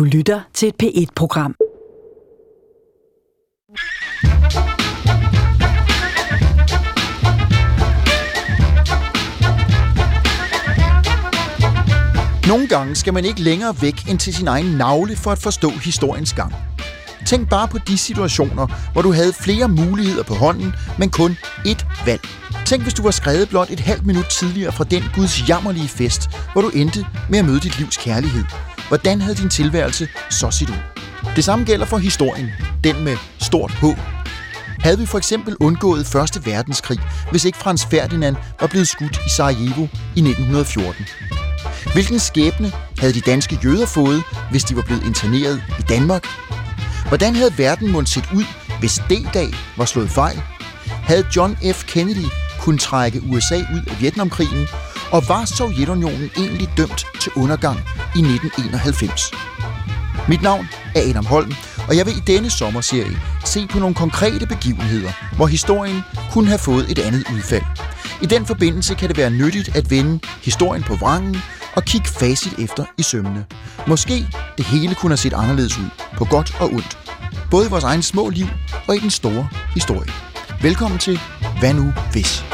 Du lytter til et P1-program. Nogle gange skal man ikke længere væk end til sin egen navle for at forstå historiens gang. Tænk bare på de situationer, hvor du havde flere muligheder på hånden, men kun ét valg. Tænk, hvis du var skrevet blot et halvt minut tidligere fra den Guds jammerlige fest, hvor du endte med at møde dit livs kærlighed. Hvordan havde din tilværelse så set ud? Det samme gælder for historien, den med stort H. Havde vi for eksempel undgået 1. verdenskrig, hvis ikke Franz Ferdinand var blevet skudt i Sarajevo i 1914? Hvilken skæbne havde de danske jøder fået, hvis de var blevet interneret i Danmark? Hvordan havde verden måttet set ud, hvis D-dag var slået fejl? Havde John F. Kennedy kunnet trække USA ud af Vietnamkrigen? Og var Sovjetunionen egentlig dømt til undergang i 1991? Mit navn er Adam Holm, og jeg vil i denne sommerserie se på nogle konkrete begivenheder, hvor historien kunne have fået et andet udfald. I den forbindelse kan det være nyttigt at vende historien på vrangen og kigge facit efter i sømmene. Måske det hele kunne have set anderledes ud, på godt og ondt. Både i vores egen små liv og i den store historie. Velkommen til Hvad nu hvis?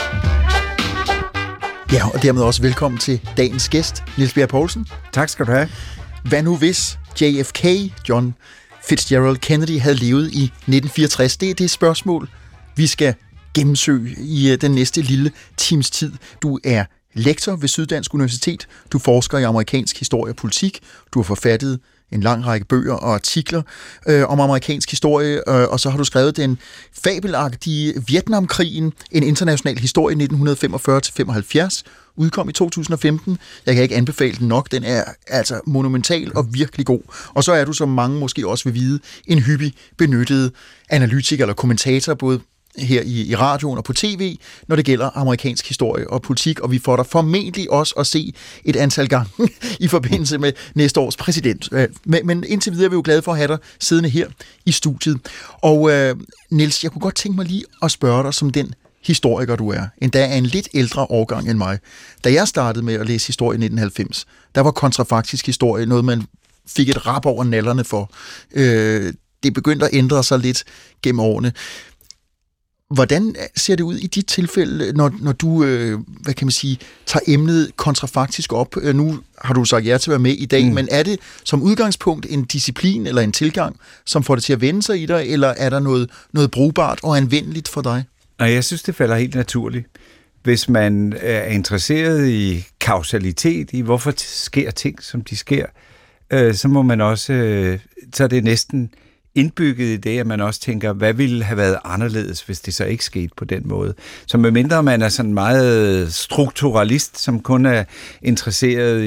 Ja, og dermed også velkommen til dagens gæst, Niels Bjerg Poulsen. Tak skal du have. Hvad nu hvis JFK, John Fitzgerald Kennedy, havde levet i 1964? Det er det spørgsmål, vi skal gennemsøge i den næste lille times tid. Du er lektor ved Syddansk Universitet. Du forsker i amerikansk historie og politik. Du har forfattet en lang række bøger og artikler om amerikansk historie, og så har du skrevet den fabelagtige Vietnamkrigen, en international historie 1945-75, udkom i 2015. Jeg kan ikke anbefale den nok, den er altså monumental og virkelig god. Og så er du, som mange måske også vil vide, en hyppig benyttet analytiker eller kommentator, både her i radioen og på tv, når det gælder amerikansk historie og politik, og vi får dig formentlig også at se et antal gange i forbindelse med næste års præsidentvalg. Men indtil videre er vi jo glade for at have dig siddende her i studiet. Og Niels, jeg kunne godt tænke mig lige at spørge dig som den historiker, du er, endda er en lidt ældre årgang end mig. Da jeg startede med at læse historie i 1990, der var kontrafaktisk historie noget, man fik et rap over nallerne for. Det begyndte at ændre sig lidt gennem årene. Hvordan ser det ud i dit tilfælde, når du, hvad kan man sige, tager emnet kontrafaktisk op? Nu har du sagt ja til at være med i dag, men er det som udgangspunkt en disciplin eller en tilgang, som får det til at vende sig i dig, eller er der noget brugbart og anvendeligt for dig? Nej, jeg synes, det falder helt naturligt. Hvis man er interesseret i kausalitet, i hvorfor sker ting, som de sker, så må man også, så er det næsten indbygget i det, at man også tænker, hvad ville have været anderledes, hvis det så ikke skete på den måde. Så medmindre man er sådan meget strukturalist, som kun er interesseret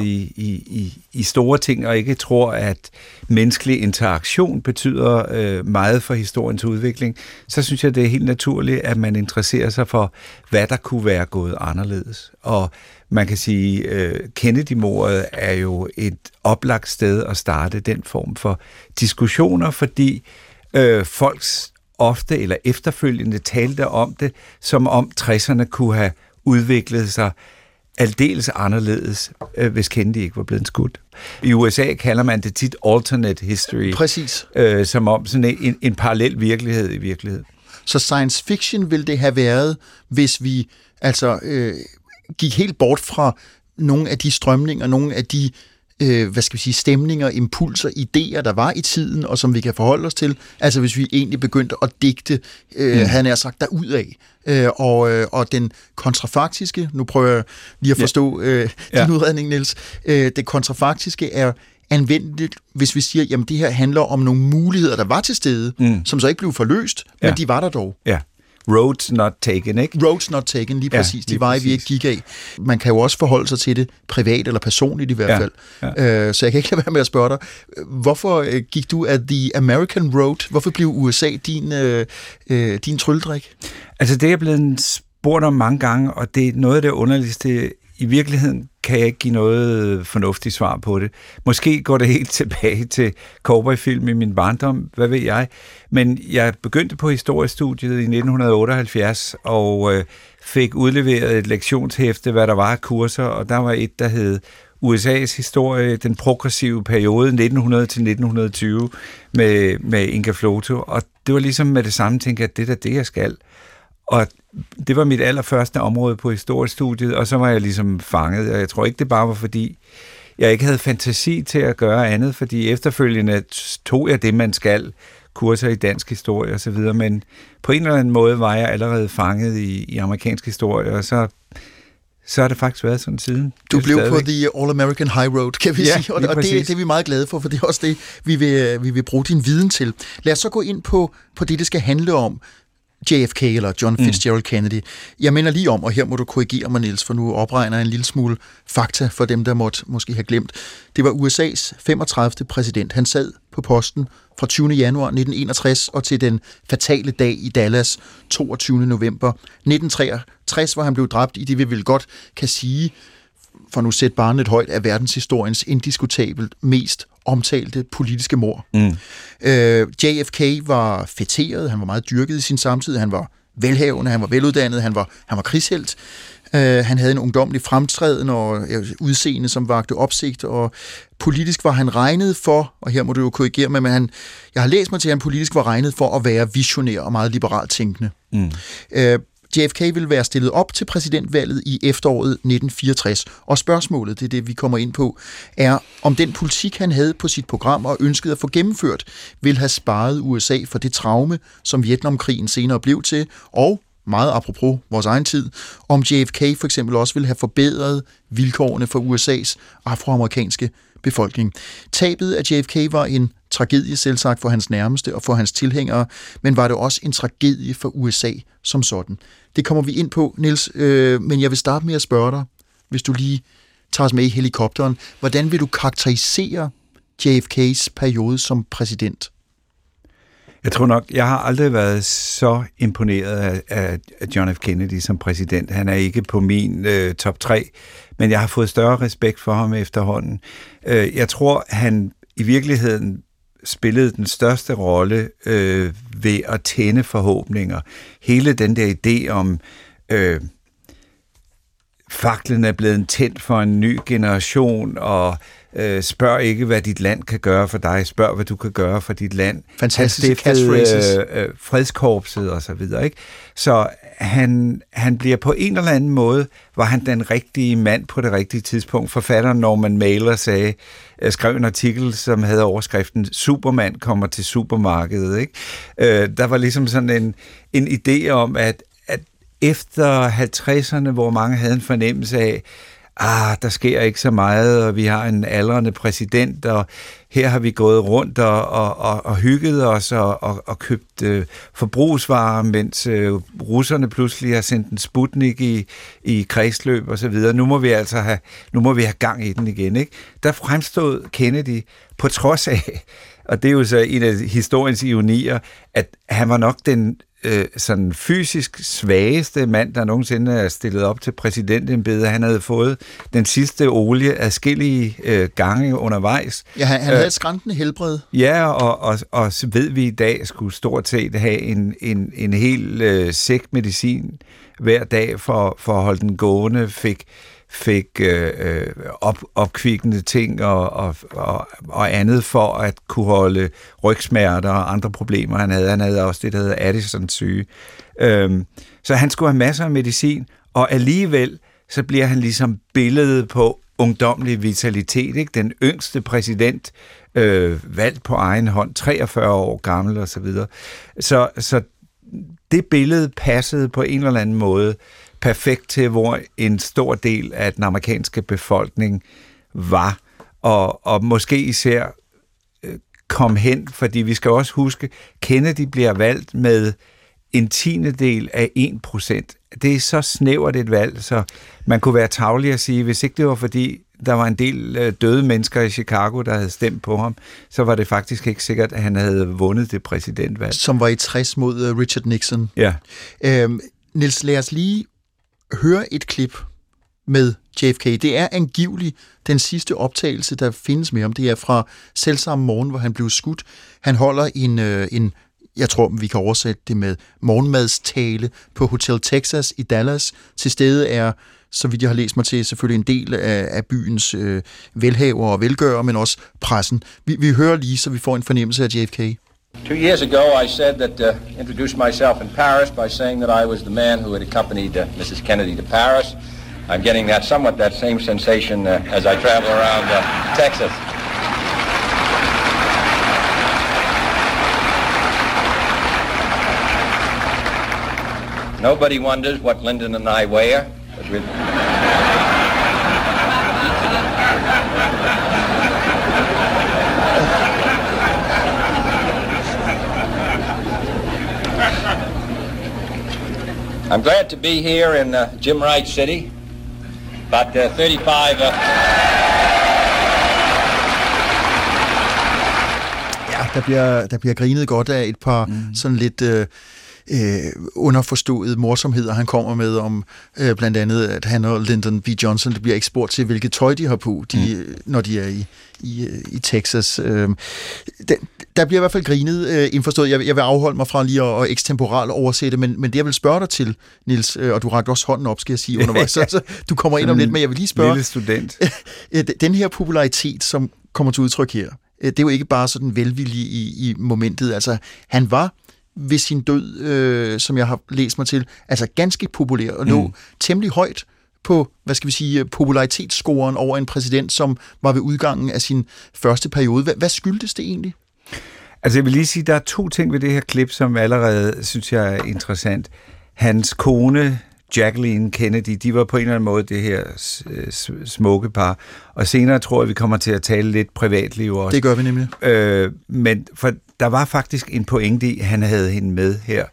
i store ting, og ikke tror, at menneskelig interaktion betyder meget for historiens udvikling, så synes jeg, det er helt naturligt, at man interesserer sig for, hvad der kunne være gået anderledes. Og man kan sige, Kennedy-mordet er jo et oplagt sted at starte den form for diskussioner, fordi folk ofte eller efterfølgende talte om det, som om 60'erne kunne have udviklet sig aldeles anderledes, hvis Kennedy ikke var blevet skudt. I USA kalder man det tit alternate history. Præcis. Som om sådan en parallel virkelighed i virkeligheden. Så science fiction ville det have været, hvis vi altså gik helt bort fra nogle af de strømninger, nogle af de hvad skal vi sige, stemninger, impulser, idéer, der var i tiden, og som vi kan forholde os til. Altså hvis vi egentlig begyndte at digte, havde jeg sagt, derudad. Og den kontrafaktiske, nu prøver jeg lige at forstå din udredning, Niels, det kontrafaktiske er anvendeligt, hvis vi siger, jamen det her handler om nogle muligheder, der var til stede, som så ikke blev forløst, men de var der dog. Ja. Roads not taken, ikke? Roads not taken, lige præcis. De veje, vi ikke gik af. Man kan jo også forholde sig til det privat eller personligt i hvert fald. Ja. Så jeg kan ikke lade være med at spørge dig, hvorfor gik du af The American Road? Hvorfor blev USA din trylledrik? Altså det er blevet spurgt om mange gange, og det er noget af det underligste. I virkeligheden kan jeg ikke give noget fornuftigt svar på det. Måske går det helt tilbage til cowboyfilm i min barndom, hvad ved jeg. Men jeg begyndte på historiestudiet i 1978 og fik udleveret et lektionshæfte, hvad der var af kurser, og der var et, der hed USA's historie, den progressive periode 1900 til 1920 med Inga Floto, og det var ligesom med det samme, tænkte jeg, at det er det, jeg skal. Og det var mit allerførste område på historiestudiet, og så var jeg ligesom fanget, og jeg tror ikke, det bare var fordi, jeg ikke havde fantasi til at gøre andet, fordi efterfølgende tog jeg det, man skal, kurser i dansk historie og så videre, men på en eller anden måde var jeg allerede fanget i amerikansk historie, og så har det faktisk været sådan siden. Du blev på The All-American High Road, kan vi sige, og det er vi meget glade for det er også det, vi vil bruge din viden til. Lad os så gå ind på det skal handle om, JFK eller John Fitzgerald Kennedy. Jeg minder lige om, og her må du korrigere mig, Niels, for nu opregner jeg en lille smule fakta for dem, der måtte måske have glemt. Det var USA's 35. præsident. Han sad på posten fra 20. januar 1961 og til den fatale dag i Dallas 22. november 1963, hvor han blev dræbt i det, vi vel godt kan sige, for nu sæt barnet højt, af verdenshistoriens indiskutabelt mest omtalte politiske mord. JFK var fætteret, han var meget dyrket i sin samtid, han var velhavende, han var veluddannet, han var krigshelt. Han havde en ungdomlig fremtræden og udseende, som vagte opsigt, og politisk var han regnet for, og her må du jo korrigere mig, men jeg har læst mig til, at han politisk var regnet for at være visionær og meget liberalt tænkende. JFK ville være stillet op til præsidentvalget i efteråret 1964, og spørgsmålet, det er det, vi kommer ind på, er, om den politik, han havde på sit program og ønskede at få gennemført, ville have sparet USA for det traume, som Vietnamkrigen senere blev til, og meget apropos vores egen tid, om JFK for eksempel også ville have forbedret vilkårene for USA's afroamerikanske befolkning. Tabet af JFK var en tragedie selvsagt for hans nærmeste og for hans tilhængere, men var det også en tragedie for USA som sådan. Det kommer vi ind på, Niels, men jeg vil starte med at spørge dig, hvis du lige tager os med i helikopteren, hvordan vil du karakterisere JFK's periode som præsident? Jeg tror nok, jeg har aldrig været så imponeret af John F. Kennedy som præsident. Han er ikke på min top 3, men jeg har fået større respekt for ham efterhånden. Jeg tror, han i virkeligheden spillede den største rolle ved at tænde forhåbninger. Hele den der idé om faklen er blevet tændt for en ny generation, og spørg ikke, hvad dit land kan gøre for dig, spørg, hvad du kan gøre for dit land. Fantastiske catchphrases. Fredskorpset og så videre, ikke? Så han bliver på en eller anden måde, var han den rigtige mand på det rigtige tidspunkt. Forfatteren Norman Mailer skrev en artikel, som havde overskriften Superman kommer til supermarkedet, ikke? Der var ligesom sådan en idé om, at efter 50'erne, hvor mange havde en fornemmelse af, der sker ikke så meget, og vi har en aldrende præsident, og her har vi gået rundt og hygget os og købt forbrugsvarer, mens russerne pludselig har sendt en Sputnik i kredsløb og så videre. Nu må vi have gang i den igen, ikke? Der fremstod Kennedy på trods af, og det er jo så en af historiens ironier, at han var nok den sådan fysisk svageste mand, der nogensinde er stillet op til præsidentembedet. Han havde fået den sidste olie adskillige gange undervejs. Ja, han havde et skrantende helbred. Ja, og så ved vi i dag, skulle stort set have en hel sæk medicin hver dag for at holde den gående, fik opkvikkende ting og andet for at kunne holde rygsmerter og andre problemer, han havde. Han havde også det, der hedder Addisons syge. Så han skulle have masser af medicin, og alligevel så bliver han ligesom billedet på ungdomlig vitalitet, ikke? Den yngste præsident, valgt på egen hånd, 43 år gammel og så videre. Så det billede passede på en eller anden måde perfekt til, hvor en stor del af den amerikanske befolkning var, og måske især kom hen, fordi vi skal også huske, Kennedy bliver valgt med 1/10 af 1%. Det er så snævert et valg, så man kunne være tarvelig at sige, hvis ikke det var fordi, der var en del døde mennesker i Chicago, der havde stemt på ham, så var det faktisk ikke sikkert, at han havde vundet det præsidentvalg. Som var i 60 mod Richard Nixon. Ja. Niels, lad os lige høre et klip med JFK. Det er angiveligt den sidste optagelse, der findes med ham. Det er fra selvsamme morgen, hvor han blev skudt. Han holder jeg tror, vi kan oversætte det med morgenmadstale på Hotel Texas i Dallas. Til stede er, så vidt jeg har læst mig til, selvfølgelig en del af byens velhaver og velgørere, men også pressen. Vi hører lige, så vi får en fornemmelse af JFK. 2 years ago, I said that, introduced myself in Paris by saying that I was the man who had accompanied Mrs. Kennedy to Paris. I'm getting somewhat that same sensation as I travel around Texas. Nobody wonders what Lyndon and I wear, but I'm glad to be here in Jim Wright City, but 35... Ja, der bliver grinet godt af et par sådan lidt underforståede morsomheder, han kommer med om blandt andet, at han og Lyndon B. Johnson, det bliver ikke spurgt til, hvilket tøj de har på, når de er i Texas. Der bliver i hvert fald grinet, indforstået. Jeg vil afholde mig fra lige at ekstemporalt oversætte, men det jeg vil spørge dig til, Niels, og du rakte også hånden op, skal jeg sige undervejs, så du kommer ind om lidt, men jeg vil lige spørge. Lille student. Den her popularitet, som kommer til udtryk her, det er jo ikke bare sådan velvillig i momentet. Altså, han var ved sin død, som jeg har læst mig til, altså ganske populær og lå temmelig højt på, hvad skal vi sige, popularitetsscoren over en præsident, som var ved udgangen af sin første periode. Hvad skyldtes det egentlig? Altså jeg vil lige sige, der er 2 ting ved det her klip, som allerede synes jeg er interessant. Hans kone, Jacqueline Kennedy, de var på en eller anden måde det her smukke par, og senere tror jeg, vi kommer til at tale lidt privatliv også. Det gør vi nemlig. Men for der var faktisk en pointe i, at han havde hende med her,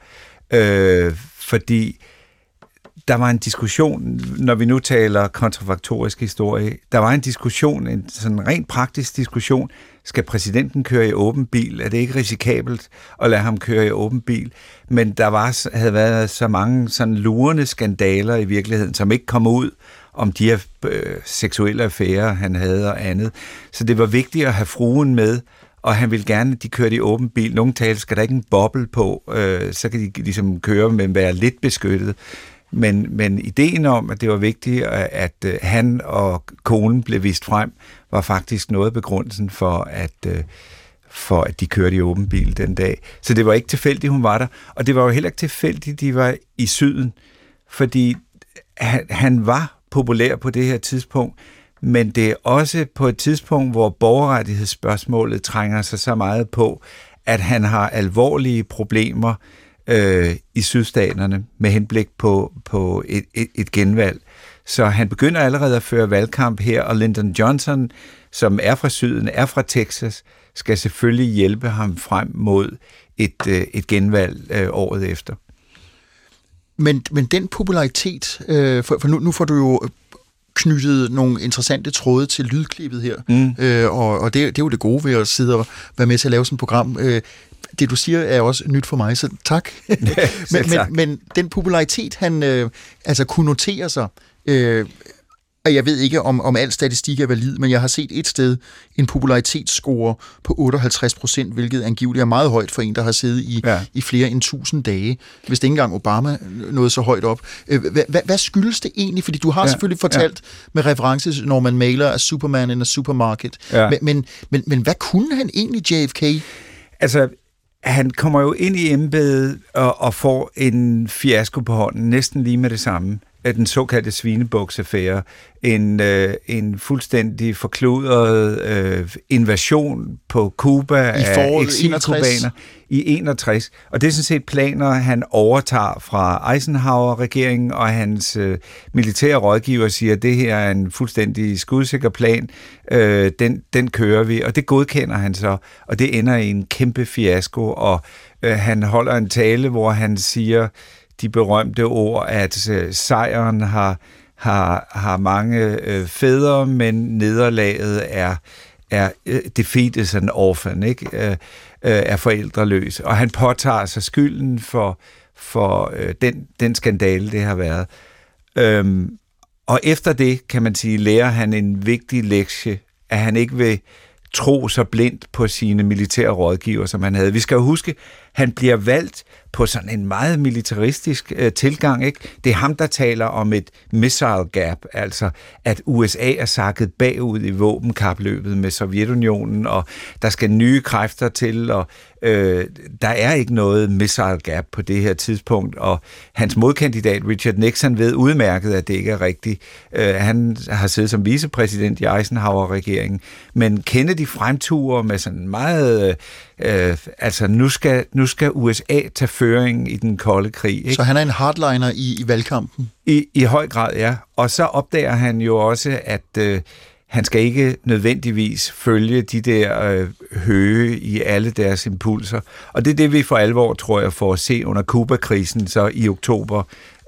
fordi der var en diskussion, når vi nu taler kontrafaktorisk historie, der var en diskussion, en sådan rent praktisk diskussion, skal præsidenten køre i åben bil? Er det ikke risikabelt at lade ham køre i åben bil? Men der havde været så mange sådan lurende skandaler i virkeligheden, som ikke kom ud om de her seksuelle affærer, han havde og andet. Så det var vigtigt at have fruen med, og han ville gerne, at de kørte i åben bil. Nogle taler, skal der ikke en boble på, så kan de ligesom køre, men være lidt beskyttet. Men ideen om, at det var vigtigt, at han og konen blev vist frem, var faktisk noget af begrundelsen for, at de kørte i åben bil den dag. Så det var ikke tilfældigt, hun var der. Og det var jo heller ikke tilfældigt, de var i syden. Fordi han var populær på det her tidspunkt, men det er også på et tidspunkt, hvor borgerrettighedsspørgsmålet trænger sig så meget på, at han har alvorlige problemer i sydstaterne med henblik på et genvalg. Så han begynder allerede at føre valgkamp her, og Lyndon Johnson, som er fra syden, er fra Texas, skal selvfølgelig hjælpe ham frem mod et genvalg året efter. Men den popularitet, for nu får du jo knyttet nogle interessante tråde til lydklippet her, og det er jo det gode ved at sidde og være med til at lave sådan et program. Det du siger er også nyt for mig, så tak. Men den popularitet, han altså kunne notere sig, og jeg ved ikke, om al statistik er valid, men jeg har set et sted en popularitetsscore på 58%, hvilket angiveligt er meget højt for en, der har siddet i flere end 1000 dage. Hvis det ikke engang Obama nåede så højt op. Hvad skyldes det egentlig? Fordi du har selvfølgelig fortalt med reference til Norman Mailer af Superman in a Supermarket. Ja. Men hvad kunne han egentlig, JFK? Altså, han kommer jo ind i embedet og får en fiasko på hånden, næsten lige med det samme. Den såkaldte svinebuksaffære, en fuldstændig forkludret invasion på Cuba af eksilkubaner i 61. Og det er sådan set planer, han overtager fra Eisenhower-regeringen, og hans militære rådgiver siger, at det her er en fuldstændig skudsikker plan, den kører vi, og det godkender han så, og det ender i en kæmpe fiasko, og han holder en tale, hvor han siger de berømte ord, at sejren har mange fædre, men nederlaget er defeat is an orphan, ikke? Er forældreløs. Og han påtager sig skylden for den skandale, det har været. Og efter det, kan man sige, lærer han en vigtig lektie, at han ikke vil tro så blindt på sine militære rådgiver, som han havde. Vi skal jo huske, han bliver valgt på sådan en meget militaristisk tilgang, ikke? Det er ham, der taler om et missile gap, altså at USA er sakket bagud i våbenkapløbet med Sovjetunionen, og der skal nye kræfter til, og der er ikke noget missile gap på det her tidspunkt, og hans modkandidat Richard Nixon ved udmærket, at det ikke er rigtigt. Han har siddet som vicepræsident i Eisenhower-regeringen, men Kennedy fremturer med sådan meget altså nu skal USA tage føringen i den kolde krig. Ikke? Så han er en hardliner i valgkampen? I høj grad, ja. Og så opdager han jo også, at han skal ikke nødvendigvis følge de der høje i alle deres impulser. Og det er det, vi for alvor, tror jeg, får at se under Cuba-krisen, så i oktober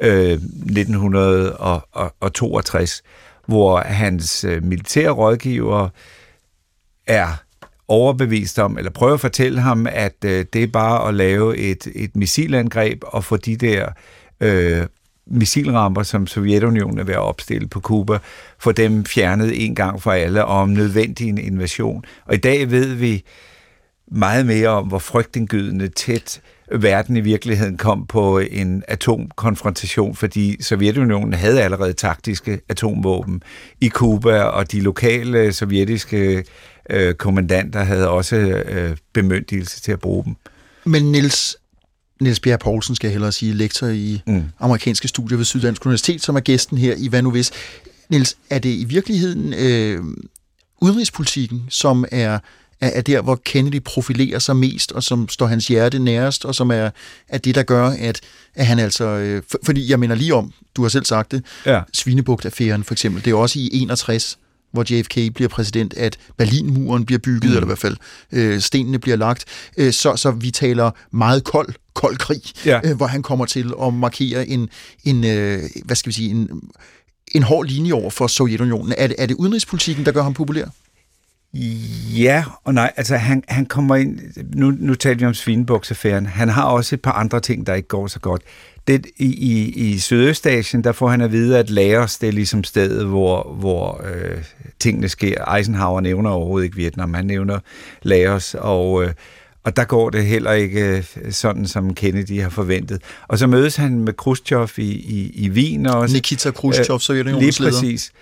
1962, hvor hans militære rådgiver er overbevist om, eller prøver at fortælle ham, at det er bare at lave et missilangreb og få de der missilramper, som Sovjetunionen er ved at opstille på Cuba, få dem fjernet en gang for alle, og om nødvendig en invasion. Og i dag ved vi meget mere om, hvor frygtindgydende tæt verden i virkeligheden kom på en atomkonfrontation, fordi Sovjetunionen havde allerede taktiske atomvåben i Cuba, og de lokale sovjetiske kommandanter havde også bemyndigelse til at bruge dem. Men Niels Bjerre Poulsen, skal jeg hellere sige, lektor i amerikanske studier ved Syddansk Universitet, som er gæsten her i Hvad nu hvis. Niels, er det i virkeligheden udenrigspolitikken, som er der, hvor Kennedy profilerer sig mest, og som står hans hjerte nærest, og som er det, der gør, at han altså... fordi jeg mener lige om, du har selv sagt det, ja. Svinebugt-affæren for eksempel, det er også i 61, hvor JFK bliver præsident, at Berlinmuren bliver bygget, eller i hvert fald stenene bliver lagt. Så vi taler meget kold krig, ja. Hvor han kommer til at markere en hård linje over for Sovjetunionen. Er det udenrigspolitikken, der gør ham populær? Ja og nej. Altså han kommer ind... Nu taler vi om Svinebugtsaffæren. Han har også et par andre ting, der ikke går så godt. Det, i Sydøstasien, der får han at vide, at Laos, det er ligesom stedet, hvor tingene sker. Eisenhower nævner overhovedet ikke Vietnam, han nævner Laos, og der går det heller ikke sådan, som Kennedy har forventet. Og så mødes han med Khrushchev i Wien også. Nikita Khrushchev, Sovjetunionens leder. Lige præcis.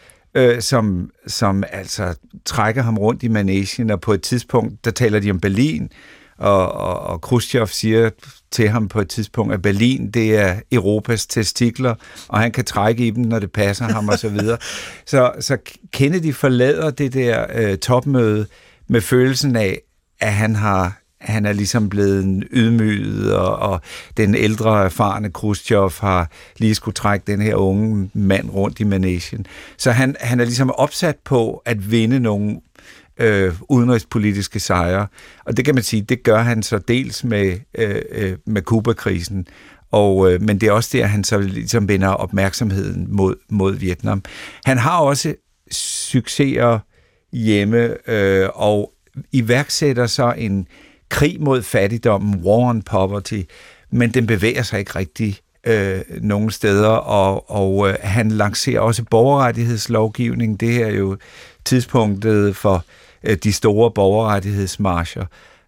Som altså trækker ham rundt i managen, og på et tidspunkt, der taler de om Berlin, og Khrushchev siger til ham på et tidspunkt, at Berlin, det er Europas testikler, og han kan trække i dem, når det passer ham, og så videre. Så Kennedy forlader det der topmøde med følelsen af, at han er ligesom blevet ydmyget, og den ældre, erfarne Khrushchev har lige skulle trække den her unge mand rundt i managen. Så han er ligesom opsat på at vinde nogle udenrigspolitiske sejre, og det kan man sige, det gør han så dels med Cuba-krisen, men det er også der, han så ligesom vender opmærksomheden mod Vietnam. Han har også succeser hjemme, og iværksætter så en krig mod fattigdommen, war on poverty, men den bevæger sig ikke rigtig nogle steder, og han lancerer også borgerrettighedslovgivning. Det er jo tidspunktet for de store borgerrettighedsmarcher,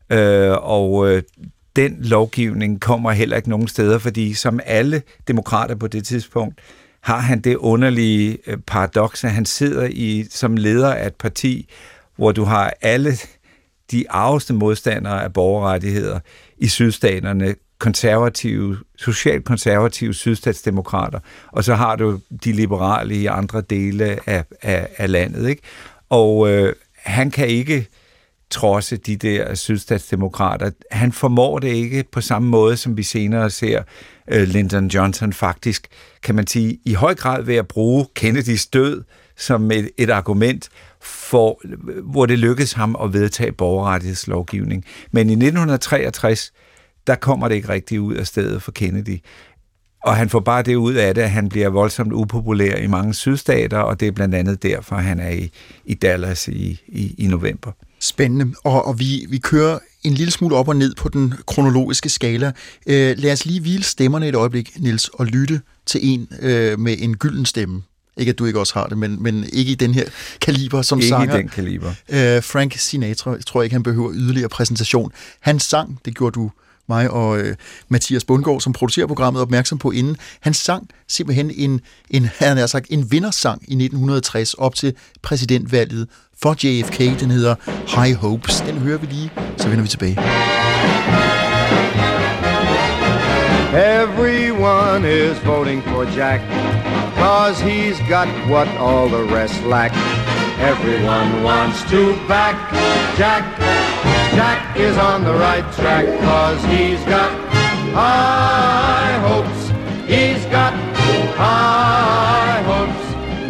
og den lovgivning kommer heller ikke nogen steder, fordi som alle demokrater på det tidspunkt, har han det underlige paradoks, at han sidder som leder af et parti, hvor du har alle de arveste modstandere af borgerrettigheder i sydstaterne, socialt konservative sydstatsdemokrater, og så har du de liberale i andre dele af landet, ikke? Og han kan ikke trodse de der sydstatsdemokrater. Han formår det ikke på samme måde, som vi senere ser Lyndon Johnson faktisk, kan man sige, i høj grad ved at bruge Kennedys død som et argument for, hvor det lykkedes ham at vedtage borgerrettighedslovgivning. Men i 1963, der kommer det ikke rigtig ud af stedet for Kennedy. Og han får bare det ud af det, at han bliver voldsomt upopulær i mange sydstater, og det er blandt andet derfor, han er i Dallas i november. Spændende, og vi kører en lille smule op og ned på den kronologiske skala. Lad os lige hvile stemmerne et øjeblik, Niels, og lytte til en med en gylden stemme. Ikke at du ikke også har det, men ikke i den her kaliber som ikke sanger. Ikke i den kaliber. Frank Sinatra, jeg tror ikke, han behøver yderligere præsentation. Han sang, det gjorde du mig og Mathias Bundgaard, som producerer programmet, opmærksom på inden. Han sang simpelthen en vindersang i 1960 op til præsidentvalget for JFK. Den hedder High Hopes. Den hører vi lige, så vender vi tilbage. Everyone is voting for Jack, 'cause he's got what all the rest lack. Everyone wants to back Jack. Jack is on the right track, 'cause he's got high hopes. He's got high hopes.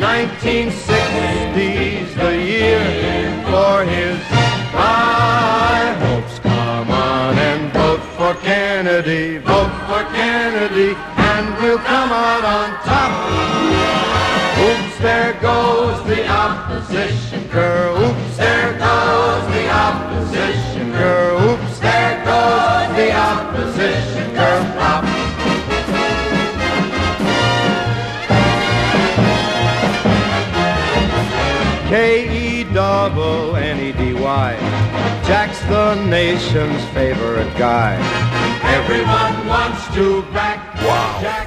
1960's the year for his high hopes. Come on and vote for Kennedy. Vote for Kennedy, and we'll come out on top. Oops, there goes the opposition girl. Oops, there goes the opposition girl. Oops, there goes the opposition girl. Pop. K-E-double-N-E-D-Y. Jack's the nation's favorite guy. Everyone wants to back Jack.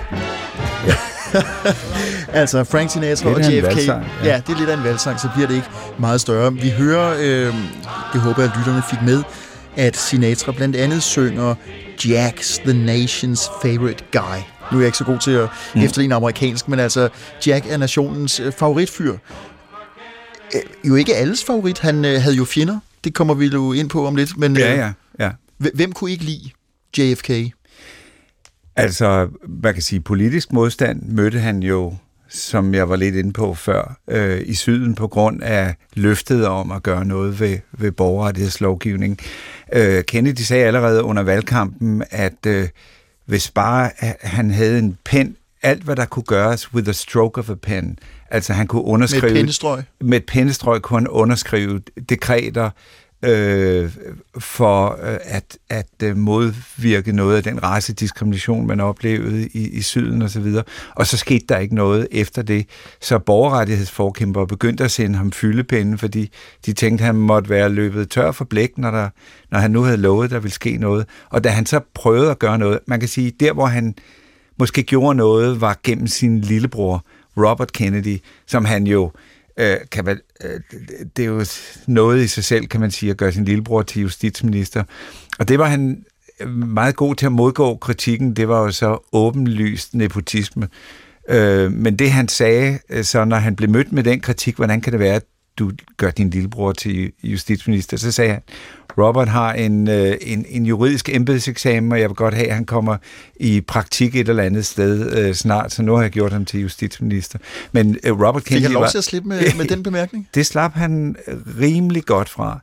Altså Frank Sinatra og JFK. Ja, det er lidt af en valgsang, så bliver det ikke meget større. Vi hører, det håber jeg, at lytterne fik med, at Sinatra blandt andet synger Jack's the nation's favorite guy. Nu er jeg ikke så god til at efterligne amerikansk, men altså Jack er nationens favoritfyr. Jo ikke alles favorit. Han havde jo fjender. Det kommer vi jo ind på om lidt. Men ja. Hvem kunne ikke lide JFK? Altså, man kan sige, politisk modstand mødte han jo, som jeg var lidt inde på før, i syden på grund af løftet om at gøre noget ved borgerrettighedslovgivning. Kennedy sagde allerede under valgkampen, at hvis bare han havde en pen, alt hvad der kunne gøres with a stroke of a pen, altså han kunne underskrive... Med et pennestrøg kunne han underskrive dekreter, for at modvirke noget af den racediskrimination, man oplevede i syden og så videre. Og så skete der ikke noget efter det. Så borgerrettighedsforkæmpere begyndte at sende ham fyldepinde, fordi de tænkte, at han måtte være løbet tør for blæk, når han nu havde lovet, at der ville ske noget. Og da han så prøvede at gøre noget, man kan sige, der hvor han måske gjorde noget, var gennem sin lillebror, Robert Kennedy, som han jo det er jo noget i sig selv, kan man sige, at gøre sin lillebror til justitsminister. Og det var han meget god til at modgå kritikken. Det var jo så åbenlyst nepotisme. Men det han sagde, så når han blev mødt med den kritik, hvordan kan det være, at du gør din lillebror til justitsminister, så sagde han, Robert har en juridisk embedseksamen, og jeg vil godt have, at han kommer i praktik et eller andet sted snart, så nu har jeg gjort ham til justitsminister. Men Robert Kennedy... Fik han lov til at slippe med den bemærkning? Det slap han rimelig godt fra.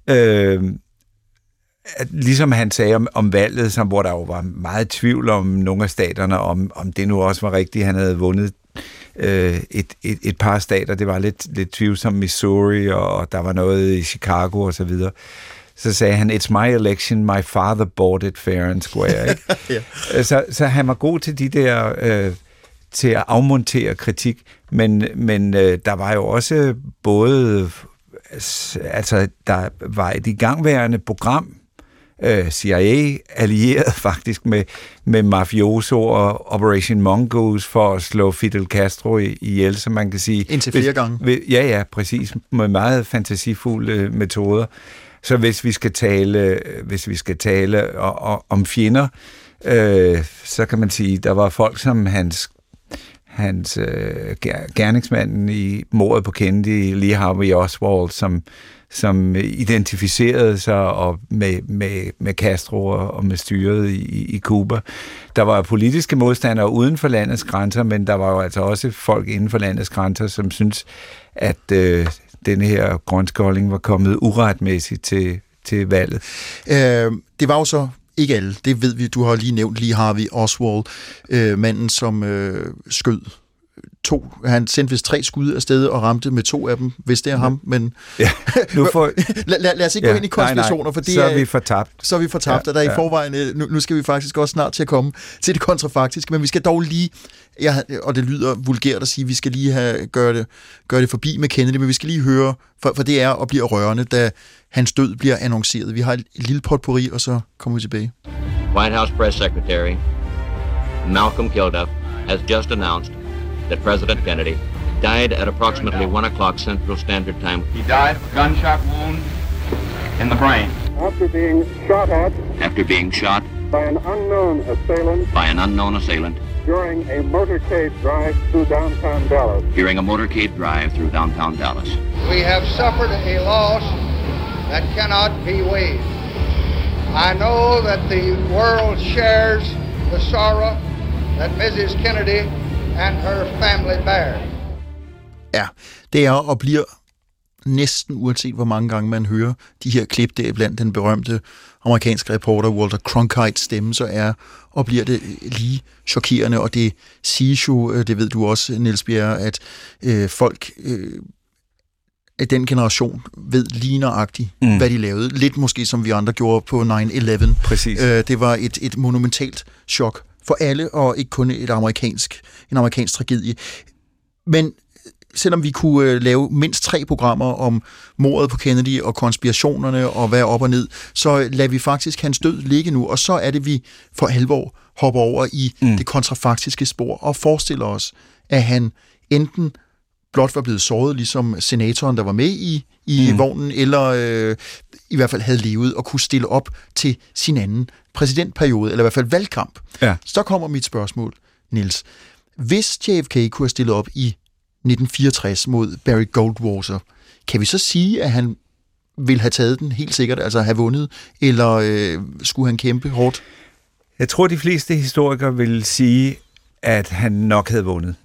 Ligesom han sagde om valget, hvor der jo var meget tvivl om nogle af staterne, om det nu også var rigtigt, han havde vundet et par stater. Det var lidt tvivlsomt, Missouri, og der var noget i Chicago og så videre. Så sagde han, it's my election, my father bought it fair and square. Ikke? Ja. Så han var god til de der til at afmontere kritik, men der var jo også både altså der var et igangværende program, CIA allieret faktisk med mafioso og Operation Mongoose for at slå Fidel Castro ihjel, som man kan sige. Indtil flere gange. Ja, præcis. Med meget fantasifulde metoder. Så hvis vi skal tale om fjender, så kan man sige, der var folk som hans gerningsmanden i mordet på Kennedy, Lee Harvey Oswald, som identificerede sig og med Castro og med styret i Cuba. Der var politiske modstandere uden for landets grænser, men der var jo altså også folk inden for landets grænser, som synes, at denne her grønskolding var kommet uretmæssigt til valget. Det var jo så ikke alle, det ved vi. Du har lige nævnt Lee Harvey Oswald, manden som skød Han sendte vist 3 skud afsted og ramte med 2 af dem, hvis det er ham, men... Ja, lad os ikke gå ind i konspirationer, for det så er vi fortabt. Så er vi fortabt, og der i forvejen... Nu skal vi faktisk også snart til at komme til det kontrafaktiske, men vi skal dog lige... og det lyder vulgært at sige, at vi skal lige gøre det forbi med Kennedy, men vi skal lige høre, for det er og bliver rørende, da hans død bliver annonceret. Vi har et lille potpourri, og så kommer vi tilbage. White House Press Secretary Malcolm Kilduff has just announced that President Kennedy died at approximately 1 o'clock Central Standard Time. He died of a gunshot wound in the brain. After being shot by an unknown assailant during a motorcade drive through downtown Dallas. We have suffered a loss that cannot be weighed. I know that the world shares the sorrow that Mrs. Kennedy and her family bear. Ja, det er og bliver næsten uanset hvor mange gange man hører de her klip der blandt den berømte amerikanske reporter Walter Cronkite's stemme, så er og bliver det lige chokerende, og det siges jo, det ved du også, Niels Bjerre, at folk af den generation ved lige nøjagtigt, hvad de lavede. Lidt måske som vi andre gjorde på 9/11. Præcis. Det var et monumentalt chok for alle, og ikke kun en amerikansk tragedie. Men selvom vi kunne lave mindst 3 programmer om mordet på Kennedy og konspirationerne og hvad op og ned, så lader vi faktisk hans død ligge nu, og så er det, vi for alvor hopper over i det kontrafaktiske spor og forestiller os, at han enten blot var blevet såret, ligesom senatoren, der var med i vognen, eller i hvert fald havde levet og kunne stille op til sin anden præsidentperiode, eller i hvert fald valgkamp. Ja. Så kommer mit spørgsmål, Niels. Hvis JFK kunne have stillet op i 1964 mod Barry Goldwater, kan vi så sige, at han ville have taget den helt sikkert, altså have vundet, eller skulle han kæmpe hårdt? Jeg tror, de fleste historikere vil sige, at han nok havde vundet.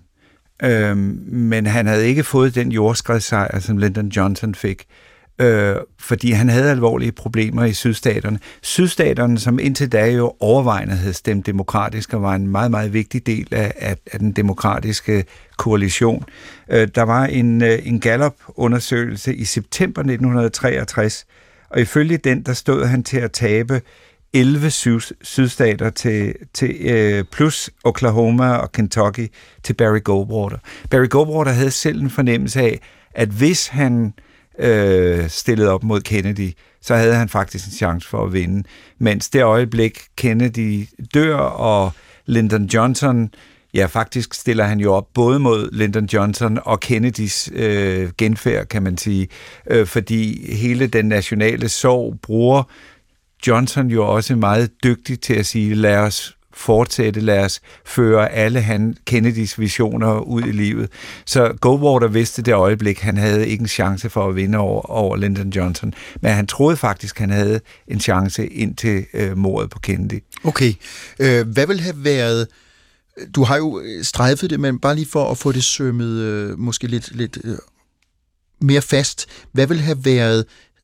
Men han havde ikke fået den jordskredssejr, som Lyndon Johnson fik, fordi han havde alvorlige problemer i sydstaterne. Sydstaterne, som indtil da jo overvejende havde stemt demokratisk, og var en meget, meget vigtig del af den demokratiske koalition. Der var en Gallup-undersøgelse i september 1963, og ifølge den, der stod han til at tabe 11 sydstater til plus Oklahoma og Kentucky til Barry Goldwater. Barry Goldwater havde selv en fornemmelse af, at hvis han stillede op mod Kennedy, så havde han faktisk en chance for at vinde. Mens det øjeblik Kennedy dør, og Lyndon Johnson, ja, faktisk stiller han jo op både mod Lyndon Johnson og Kennedys genfærd, kan man sige, fordi hele den nationale sorg bruger Johnson jo også meget dygtig til at sige, lad os fortsætte, lad os føre alle Kennedys visioner ud i livet. Så Goldwater vidste det øjeblik, han havde ikke en chance for at vinde over Lyndon Johnson, men han troede faktisk, han havde en chance indtil mordet på Kennedy. Okay. Hvad vil have været... Du har jo strejfet det, men bare lige for at få det sømmet måske lidt mere fast. Hvad vil have været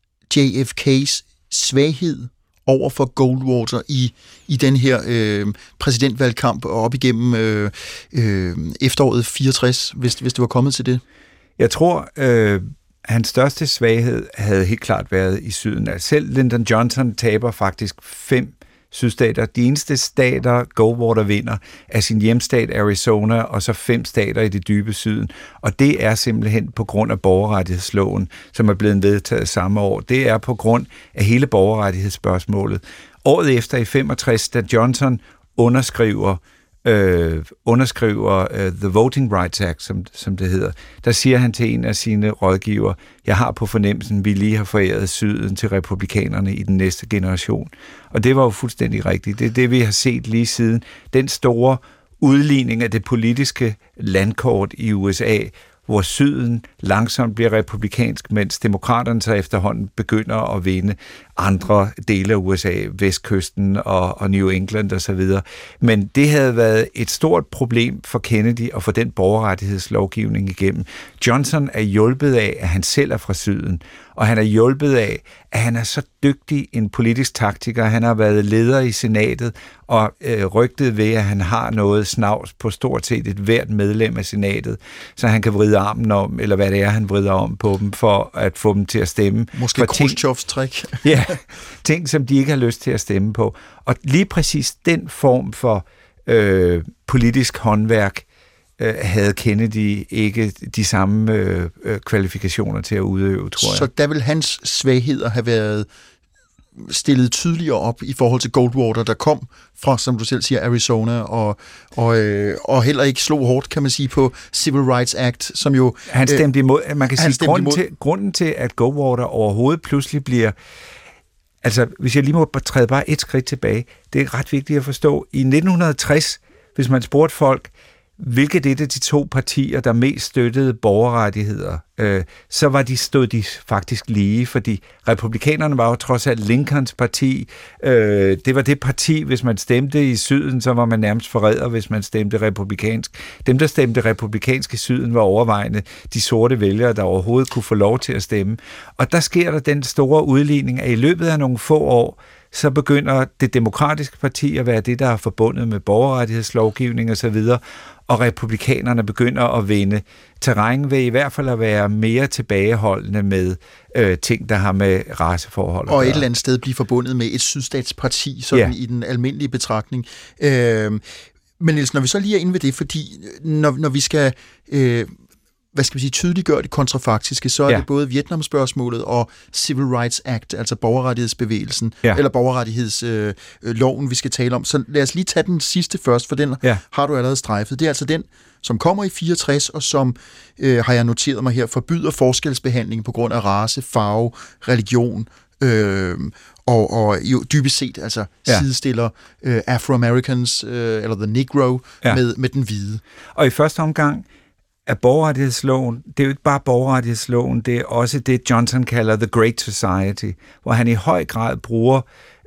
JFK's svaghed over for Goldwater i den her præsidentvalgkamp og op igennem efteråret 64, hvis det var kommet til det? Jeg tror, hans største svaghed havde helt klart været i syden. Altså selv Lyndon Johnson taber faktisk 5 sydstater. De eneste stater, Goldwater vinder, er sin hjemstat Arizona, og så 5 stater i det dybe syden. Og det er simpelthen på grund af borgerrettighedsloven, som er blevet vedtaget samme år. Det er på grund af hele borgerrettighedsspørgsmålet. Året efter i 65, da Johnson underskriver The Voting Rights Act, som det hedder, der siger han til en af sine rådgiver, jeg har på fornemmelsen, vi lige har foræret syden til republikanerne i den næste generation. Og det var jo fuldstændig rigtigt. Det er det, vi har set lige siden. Den store udligning af det politiske landkort i USA, hvor syden langsomt bliver republikansk, mens demokraterne så efterhånden begynder at vinde. andre dele af USA, Vestkysten og New England osv. Men det havde været et stort problem for Kennedy at få den borgerrettighedslovgivning igennem. Johnson er hjulpet af, at han selv er fra Syden, og han er hjulpet af, at han er så dygtig en politisk taktiker. Han har været leder i senatet, og rygtet ved, at han har noget snavs på stort set et hvert medlem af senatet, så han kan vride armen om, eller hvad det er, han vrider om på dem, for at få dem til at stemme. Måske Khrushchevs trick. Ja, ting, som de ikke har lyst til at stemme på. Og lige præcis den form for politisk håndværk havde Kennedy ikke de samme kvalifikationer til at udøve, tror jeg. Så der vil hans svagheder have været stillet tydeligere op i forhold til Goldwater, der kom fra, som du selv siger, Arizona, og heller ikke slog hårdt, kan man sige, på Civil Rights Act, som jo... Han stemte imod. Man kan sige, grunden til, at Goldwater overhovedet pludselig bliver... Altså, hvis jeg lige må træde bare et skridt tilbage, det er ret vigtigt at forstå. I 1960, hvis man spurgte folk, hvilket et af de to partier, der mest støttede borgerrettigheder, så stod de faktisk lige, fordi republikanerne var jo trods alt Lincolns parti. Det var det parti, hvis man stemte i Syden, så var man nærmest forræder, hvis man stemte republikansk. Dem, der stemte republikansk i Syden, var overvejende de sorte vælgere, der overhovedet kunne få lov til at stemme. Og der sker der den store udligning, at i løbet af nogle få år, så begynder det demokratiske parti at være det, der er forbundet med borgerrettighedslovgivning osv., og republikanerne begynder at vinde terræn ved i hvert fald at være mere tilbageholdende med ting, der har med raceforhold at gøre. Og et eller andet sted blive forbundet med et sydstatsparti, sådan i den almindelige betragtning. Men Niels, når vi så lige er inde ved det, fordi når vi skal... hvad skal vi sige, tydeliggøre det kontrafaktiske, så er det både Vietnamspørgsmålet og Civil Rights Act, altså borgerrettighedsbevægelsen, eller borgerrettighedsloven, vi skal tale om. Så lad os lige tage den sidste først, for den har du allerede strejfet. Det er altså den, som kommer i 64, og som, har jeg noteret mig her, forbyder forskelsbehandling på grund af race, farve, religion, og jo dybest set altså sidestiller Afro-Americans, eller the Negro, med den hvide. Og i første omgang af borgerrettighedsloven, det er jo ikke bare borgerrettighedsloven, det er også det, Johnson kalder The Great Society, hvor han i høj grad bruger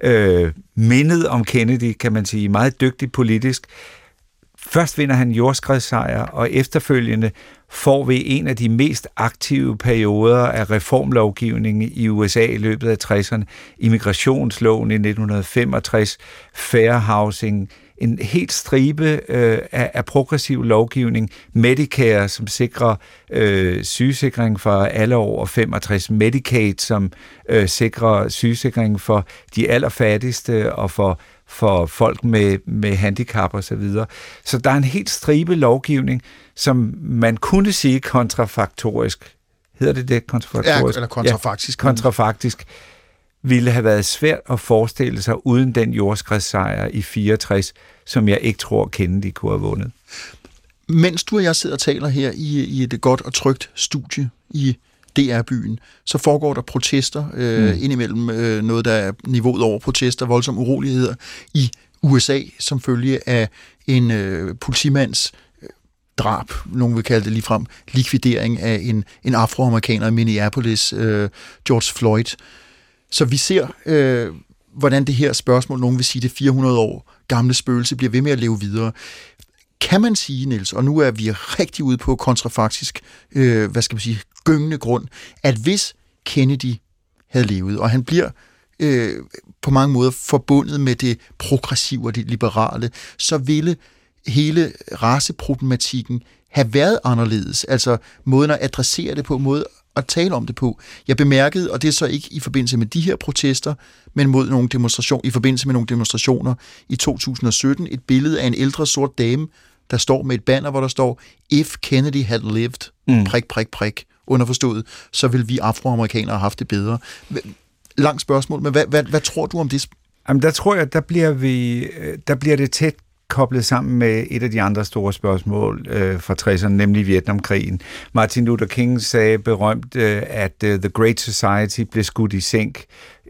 mindet om Kennedy, kan man sige, meget dygtigt politisk. Først vinder han jordskredssejr, og efterfølgende får vi en af de mest aktive perioder af reformlovgivning i USA i løbet af 60'erne. Immigrationsloven i 1965, fair housing, en helt stribe af progressiv lovgivning, Medicare, som sikrer sygesikring for alle over 65, Medicaid, som sikrer sygesikring for de allerfattigste og for folk med handicap og så videre. Så der er en helt stribe lovgivning, som man kunne sige kontrafaktorisk. Hedder det kontrafaktorisk? Ja, eller kontrafaktisk. Ja, kontrafaktisk ville have været svært at forestille sig uden den jordskredssejr i 64, som jeg ikke tror Kennedy kunne have vundet. Mens du og jeg sidder og taler her i et godt og trygt studie i DR-byen, så foregår der protester indimellem noget, der er niveauet over protester, voldsomme uroligheder i USA, som følge af en politimands drab, nogen vil kalde det ligefrem, likvidering af en afroamerikaner i Minneapolis, George Floyd. Så vi ser, hvordan det her spørgsmål, nogen vil sige det 400 år gamle spøgelse, bliver ved med at leve videre. Kan man sige, Niels, og nu er vi rigtig ude på kontrafaktisk, gyngende grund, at hvis Kennedy havde levet, og han bliver på mange måder forbundet med det progressive og det liberale, så ville hele raceproblematikken have været anderledes. Altså måden at adressere det på, måde at tale om det på. Jeg bemærkede, og det er så ikke i forbindelse med de her protester, men i forbindelse med nogle demonstrationer i 2017, et billede af en ældre sort dame, der står med et banner, hvor der står, if Kennedy had lived, prik, prik, prik, underforstået, så ville vi afroamerikanere have haft det bedre. Langt spørgsmål, men hvad tror du om det? Jamen, der tror jeg, der bliver det tæt koblet sammen med et af de andre store spørgsmål fra 60'erne, nemlig Vietnamkrigen. Martin Luther King sagde berømt, at The Great Society blev skudt i sænk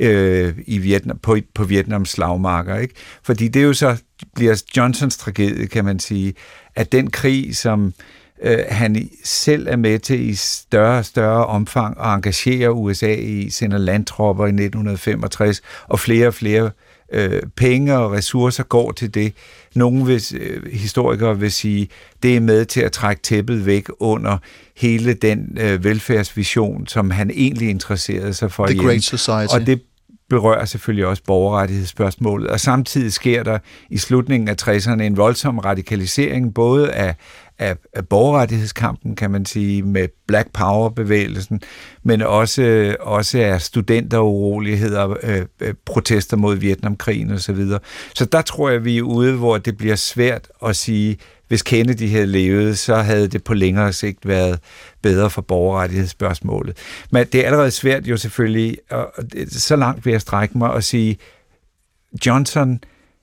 i Vietnam, på Vietnams slagmarker. Ikke? Fordi det jo så bliver Johnsons tragedie, kan man sige, at den krig, som han selv er med til i større og større omfang at engagere USA i, sender landtropper i 1965, og flere penge og ressourcer går til det. Nogle historikere vil sige, det er med til at trække tæppet væk under hele den velfærdsvision, som han egentlig interesserede sig for. The Great Society. Og det berører selvfølgelig også borgerrettighedsspørgsmålet. Og samtidig sker der i slutningen af 60'erne en voldsom radikalisering, både af borgerrettighedskampen, kan man sige, med Black Power-bevægelsen, men også af studenteruroligheder, protester mod Vietnamkrigen osv. Så der tror jeg, vi er ude, hvor det bliver svært at sige, hvis Kennedy havde levet, så havde det på længere sigt været bedre for borgerrettighedsspørgsmålet. Men det er allerede svært jo selvfølgelig, og så langt vil jeg strække mig og sige, Johnson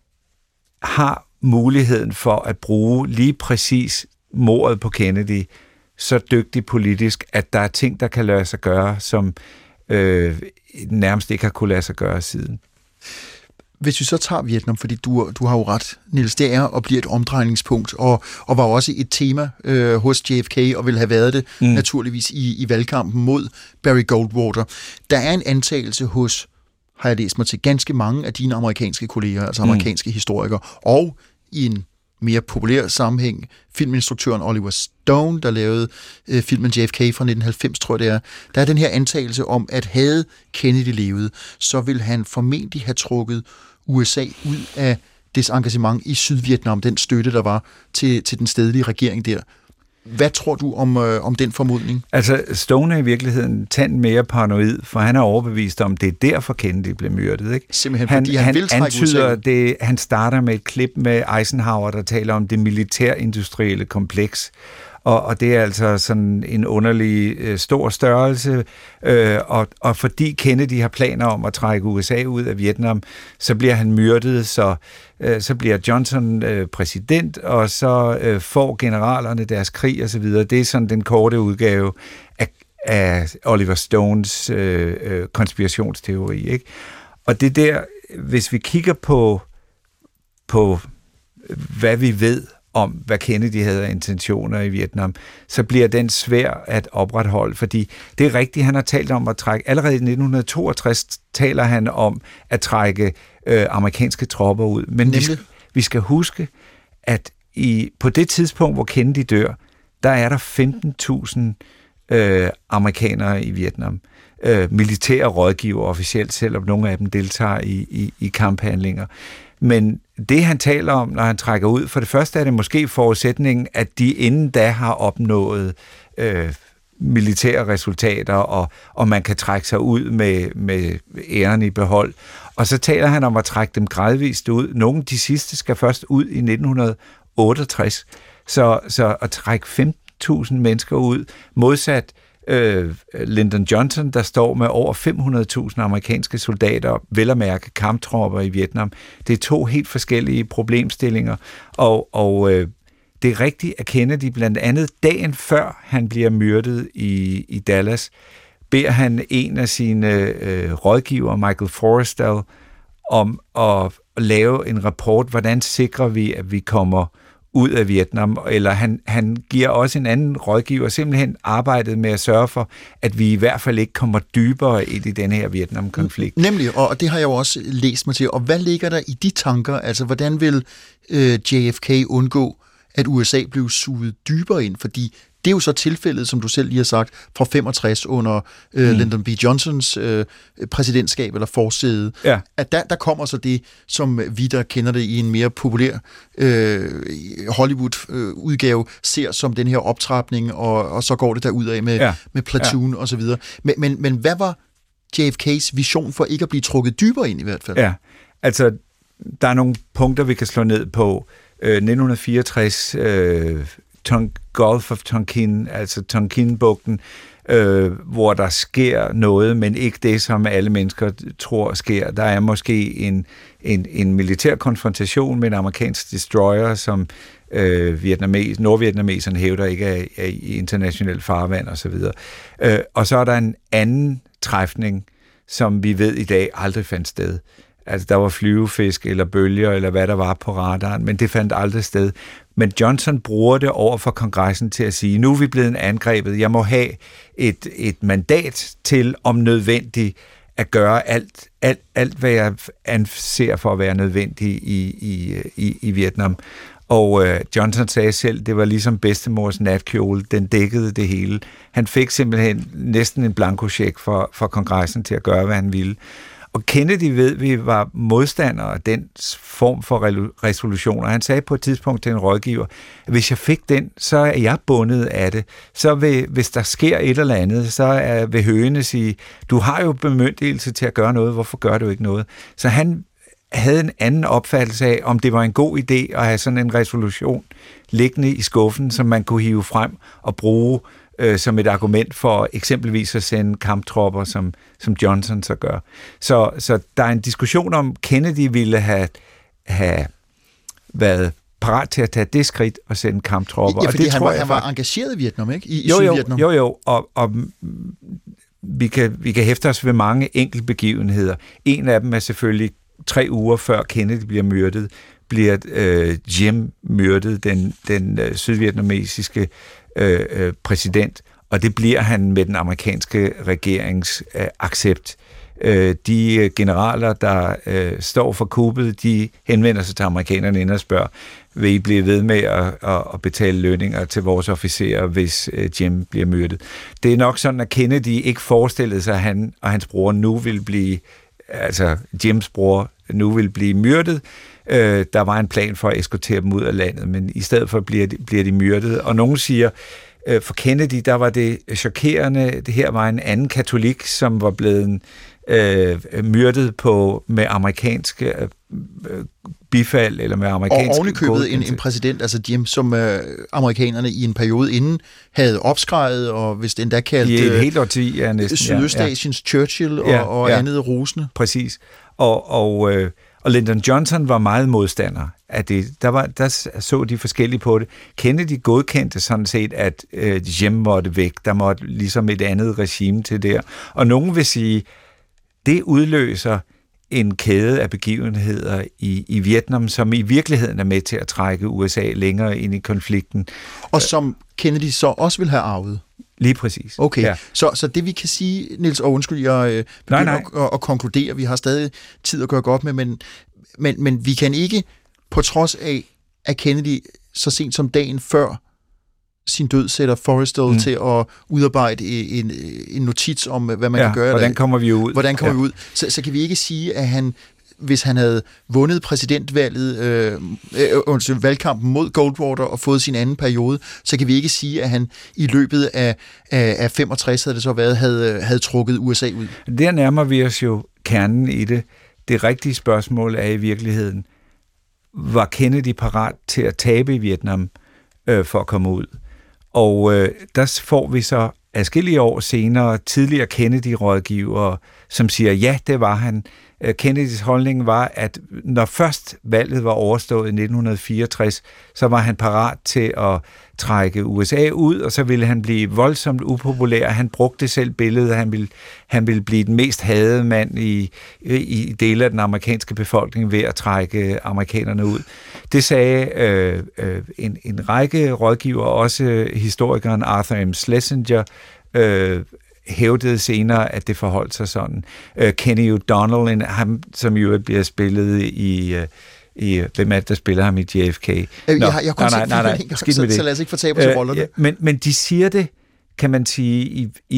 har muligheden for at bruge lige præcis mordet på Kennedy så dygtig politisk, at der er ting, der kan lade sig gøre, som nærmest ikke har kunne lade sig gøre siden. Hvis vi så tager Vietnam, fordi du har jo ret, Niels, det er og bliver et omdrejningspunkt, og var også et tema hos JFK, og vil have været det naturligvis i valgkampen mod Barry Goldwater. Der er en antagelse hos, har jeg læst mig til, ganske mange af dine amerikanske kolleger, altså amerikanske historikere, og i en mere populær sammenhæng, filminstruktøren Oliver Stone, der lavede filmen JFK fra 1990, tror jeg det er. Der er den her antagelse om, at havde Kennedy levet, så ville han formentlig have trukket USA ud af dets engagement i Sydvietnam, den støtte, der var til den stedlige regering der. Hvad tror du om den formodning? Altså, Stone er i virkeligheden tand mere paranoid, for han er overbevist om, det er derfor Kennedy blev myrdet. Ikke? Simpelthen fordi han vil trække antyder det. Han starter med et klip med Eisenhower, der taler om det militærindustrielle kompleks. Og det er altså sådan en underlig stor størrelse, og fordi Kennedy har planer om at trække USA ud af Vietnam, så bliver han myrdet, så bliver Johnson præsident, og så får generalerne deres krig og så videre. Det er sådan den korte udgave af Oliver Stones konspirationsteori, ikke? Og det der, hvis vi kigger på hvad vi ved om, hvad Kennedy havde af intentioner i Vietnam, så bliver den svær at opretholde, fordi det er rigtigt, han har talt om at trække, allerede i 1962 taler han om at trække amerikanske tropper ud, men vi skal huske, at på det tidspunkt, hvor Kennedy dør, der er der 15.000 amerikanere i Vietnam, militære rådgiver officielt, selvom nogle af dem deltager i kamphandlinger. Men det, han taler om, når han trækker ud, for det første er det måske forudsætningen, at de inden da har opnået militære resultater, og man kan trække sig ud med æren i behold. Og så taler han om at trække dem gradvist ud. Nogle af de sidste skal først ud i 1968. Så at trække 15.000 mennesker ud, modsat Lyndon Johnson, der står med over 500.000 amerikanske soldater, vel at mærke kamptropper i Vietnam. Det er to helt forskellige problemstillinger, og det er rigtigt at Kennedy blandt andet dagen før han bliver myrdet i Dallas, beder han en af sine rådgivere, Michael Forrestal, om at lave en rapport, hvordan sikrer vi, at vi kommer ud af Vietnam, eller han giver også en anden rådgiver simpelthen arbejdet med at sørge for, at vi i hvert fald ikke kommer dybere ind i den her Vietnam-konflikt. Nemlig, og det har jeg jo også læst mig til. Og hvad ligger der i de tanker? Altså, hvordan vil JFK undgå, at USA blev suget dybere ind? Fordi det er jo så tilfældet, som du selv lige har sagt, fra 65 under Lyndon B. Johnsons præsidentskab eller forsæde. Ja. At der kommer så det, som vi, der kender det i en mere populær Hollywood-udgave, ser som den her optrapning, og så går det derudad med Platoon og så videre. Men hvad var JFK's vision for ikke at blive trukket dybere ind i hvert fald? Ja, altså der er nogle punkter, vi kan slå ned på. 1964... Gulf of Tonkin, altså Tonkinbugten, hvor der sker noget, men ikke det, som alle mennesker tror sker. Der er måske en militær konfrontation med en amerikansk destroyer, som nordvietnameserne hævder ikke er i international farvand osv. Og så er der en anden træfning, som vi ved i dag aldrig fandt sted. Altså, der var flyvefisk eller bølger, eller hvad der var på radaren, men det fandt aldrig sted. Men Johnson bruger det over for kongressen til at sige, nu er vi blevet angrebet, jeg må have et mandat til, om nødvendigt, at gøre alt hvad jeg anser for at være nødvendigt i Vietnam. Og Johnson sagde selv, det var ligesom bedstemors natkjole, den dækkede det hele. Han fik simpelthen næsten en blankocheck for kongressen til at gøre, hvad han ville. Og Kennedy ved vi var modstander af den form for resolutioner. Han sagde på et tidspunkt til en rådgiver, at hvis jeg fik den, så er jeg bundet af det. Så hvis der sker et eller andet, så vil høgene sige, du har jo bemyndigelse til at gøre noget, hvorfor gør du ikke noget? Så han havde en anden opfattelse af, om det var en god idé at have sådan en resolution liggende i skuffen, som man kunne hive frem og bruge som et argument for eksempelvis at sende kamptropper, som Johnson så gør. Så der er en diskussion om, Kennedy ville have været parat til at tage det skridt og sende kamptropper. Ja, fordi og det han var engageret i Vietnam, ikke? I Sydvietnam. Jo, og vi kan hæfte os ved mange enkeltbegivenheder. En af dem er selvfølgelig 3 uger før Kennedy bliver myrdet, bliver Diem myrdet, den sydvietnamesiske præsident, og det bliver han med den amerikanske regerings accept. De generaler, der står for kuppet, de henvender sig til amerikanerne ind og spørger, vil I blive ved med at betale lønninger til vores officerer, hvis Diem bliver myrdet? Det er nok sådan, at Kennedy ikke forestillede sig, at han og hans bror nu vil blive, altså Diems bror nu vil blive myrdet. Der var en plan for at eskortere dem ud af landet, men i stedet for bliver de myrdet. Og nogen siger, for Kennedy, der var det chokerende, det her var en anden katolik, som var blevet myrdet med amerikansk bifald, eller med amerikansk... Og ovenikøbet en præsident, altså Diem, som amerikanerne i en periode inden havde opskreget, og hvis det endda kaldt... I et helt årti, ja, næsten. Sydøstasiens Churchill og andet rosende. Præcis. Og Lyndon Johnson var meget modstander af det. Der så de forskellige på det. Kennedy godkendte sådan set, at Diem måtte væk. Der måtte ligesom et andet regime til der. Og nogen vil sige, det udløser en kæde af begivenheder i Vietnam, som i virkeligheden er med til at trække USA længere ind i konflikten. Og som Kennedy så også vil have arvet. Lige præcis. Okay, ja. Så det vi kan sige, Niels, og undskyld, jeg begynder at konkludere, vi har stadig tid at gøre godt med, men vi kan ikke, på trods af, at Kennedy så sent som dagen før sin død sætter Forrestal til at udarbejde en notits om, hvad man kan gøre. Hvordan kommer vi ud? Hvordan kommer vi ud? Så kan vi ikke sige, at han, hvis han havde vundet præsidentvalget, valgkampen mod Goldwater og fået sin anden periode, så kan vi ikke sige, at han i løbet af 65 havde det så været, havde trukket USA ud. Der nærmer vi os jo kernen i det. Det rigtige spørgsmål er i virkeligheden, var Kennedy parat til at tabe i Vietnam for at komme ud? Og der får vi så adskillige år senere tidligere Kennedy-rådgivere, som siger, ja, det var han. Kennedys holdning var, at når først valget var overstået i 1964, så var han parat til at trække USA ud, og så ville han blive voldsomt upopulær. Han brugte selv billedet, han ville blive den mest hadede mand i dele af den amerikanske befolkning ved at trække amerikanerne ud. Det sagde en række rådgivere, også historikeren Arthur M. Schlesinger, hævdede senere, at det forholdt sig sådan. Kenny O'Donnell, ham, som jo bliver spillet i hvem er det, der spiller ham i JFK? Jeg nej, så lad os ikke fortabe til rollerne. Men de siger det, kan man sige, i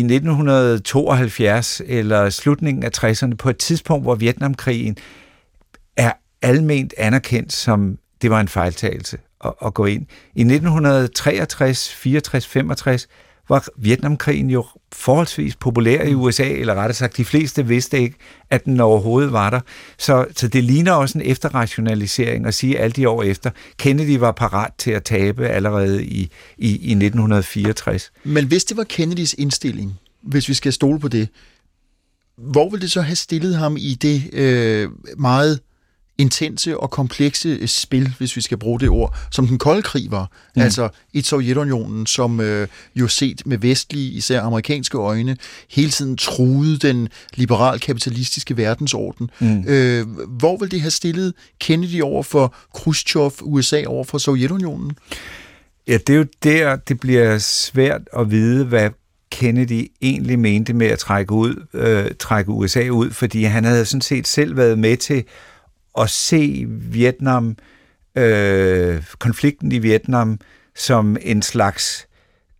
1972 eller slutningen af 60'erne, på et tidspunkt, hvor Vietnamkrigen er alment anerkendt som, det var en fejltagelse at gå ind. I 1963, 64, 65 var Vietnamkrigen jo forholdsvis populær i USA, eller rettere sagt, de fleste vidste ikke, at den overhovedet var der. Så det ligner også en efterrationalisering at sige alle de år efter. Kennedy var parat til at tabe allerede i 1964. Men hvis det var Kennedys indstilling, hvis vi skal stole på det, hvor ville det så have stillet ham i det meget intense og komplekse spil, hvis vi skal bruge det ord, som den kolde krig var. Altså et Sovjetunionen, som jo set med vestlige, især amerikanske øjne, hele tiden truede den liberal-kapitalistiske verdensorden. Hvor vil det have stillet Kennedy over for Khrushchev, USA over for Sovjetunionen? Ja, det er jo der, det bliver svært at vide, hvad Kennedy egentlig mente med at trække USA ud, fordi han havde sådan set selv været med til at se Vietnam, konflikten i Vietnam, som en slags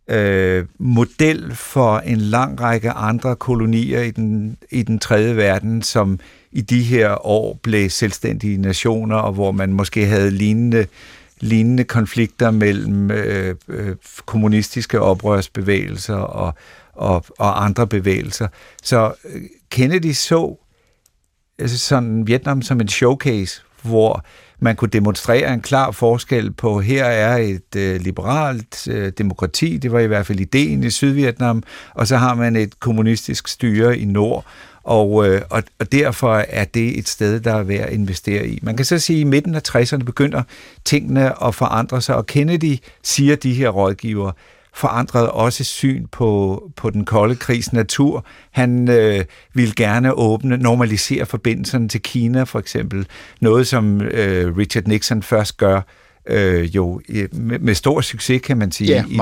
model for en lang række andre kolonier i den tredje verden, som i de her år blev selvstændige nationer, og hvor man måske havde lignende konflikter mellem kommunistiske oprørsbevægelser og andre bevægelser. Så Kennedy så sådan Vietnam som en showcase, hvor man kunne demonstrere en klar forskel på, her er et liberalt demokrati, det var i hvert fald ideen i Sydvietnam, og så har man et kommunistisk styre i nord, og derfor er det et sted, der er værd at investere i. Man kan så sige, at i midten af 60'erne begynder tingene at forandre sig, og Kennedy, siger de her rådgivere, forandrede også syn på den kolde krigs natur. Han ville gerne normalisere forbindelserne til Kina, for eksempel. Noget, som Richard Nixon først gør, jo med stor succes, kan man sige, i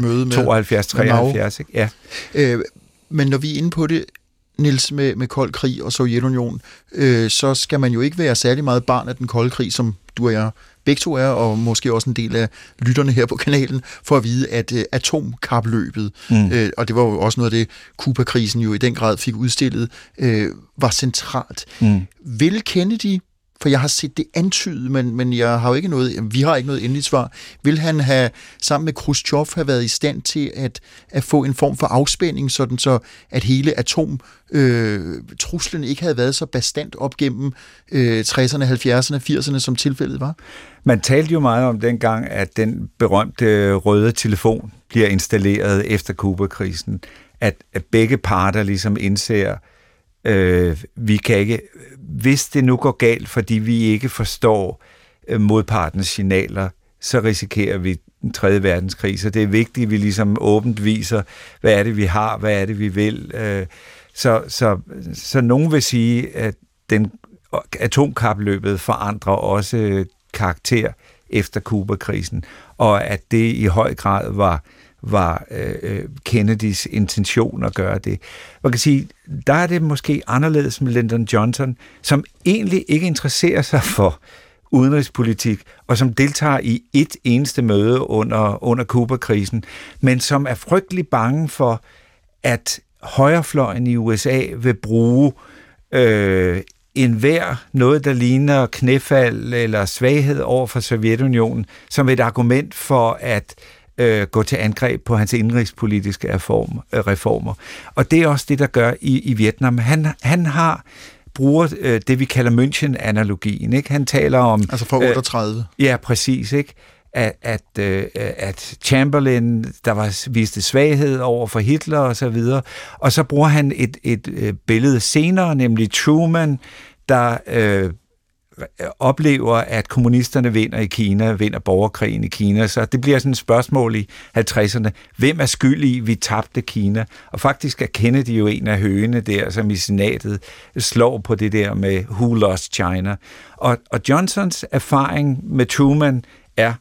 1972-73. Ja. Men når vi er inde på det, Niels, med kold krig og Sovjetunionen, så skal man jo ikke være særlig meget barn af den kolde krig, som du og jeg begge to er, og måske også en del af lytterne her på kanalen, for at vide, at atomkapløbet, og det var jo også noget af det, Cuba-krisen jo i den grad fik udstillet, var centralt. Vil Kennedy, for jeg har set det antydet, men jeg har jo ikke vi har ikke noget endeligt svar, vil han have, sammen med Khrushchev, have været i stand til at få en form for afspænding, sådan så at hele atomtruslen ikke havde været så bastant op gennem 60'erne, 70'erne, 80'erne, som tilfældet var? Man talte jo meget om dengang, at den berømte røde telefon bliver installeret efter Cuba-krisen, at begge parter ligesom indser, vi kan ikke, hvis det nu går galt, fordi vi ikke forstår modpartens signaler, så risikerer vi den 3. verdenskrig. Så det er vigtigt, at vi ligesom åbent viser, hvad er det, vi har, hvad er det, vi vil. Så nogen vil sige, at atomkapløbet forandrer også karakter efter Cuba-krisen, og at det i høj grad var Kennedys intention at gøre det. Man kan sige, der er det måske anderledes med Lyndon Johnson, som egentlig ikke interesserer sig for udenrigspolitik, og som deltager i et eneste møde under Cuba-krisen, men som er frygtelig bange for, at højrefløjen i USA vil bruge noget, der ligner knæfald eller svaghed over for Sovjetunionen, som et argument for at gå til angreb på hans indrigspolitiske reformer. Og det er også det, der gør i Vietnam. Han bruger det, vi kalder München-analogien. Ikke? Han taler om... Altså fra 38. Ja, præcis. Ikke? At Chamberlain, der viste svaghed over for Hitler og så videre. Og så bruger han et billede senere, nemlig Truman, der oplever, at kommunisterne vinder borgerkrigen i Kina. Så det bliver sådan et spørgsmål i 50'erne. Hvem er skyld i, vi tabte Kina? Og faktisk er Kennedy jo en af høgene der, som i senatet slår på det der med Who Lost China? Og Johnsons erfaring med Truman er,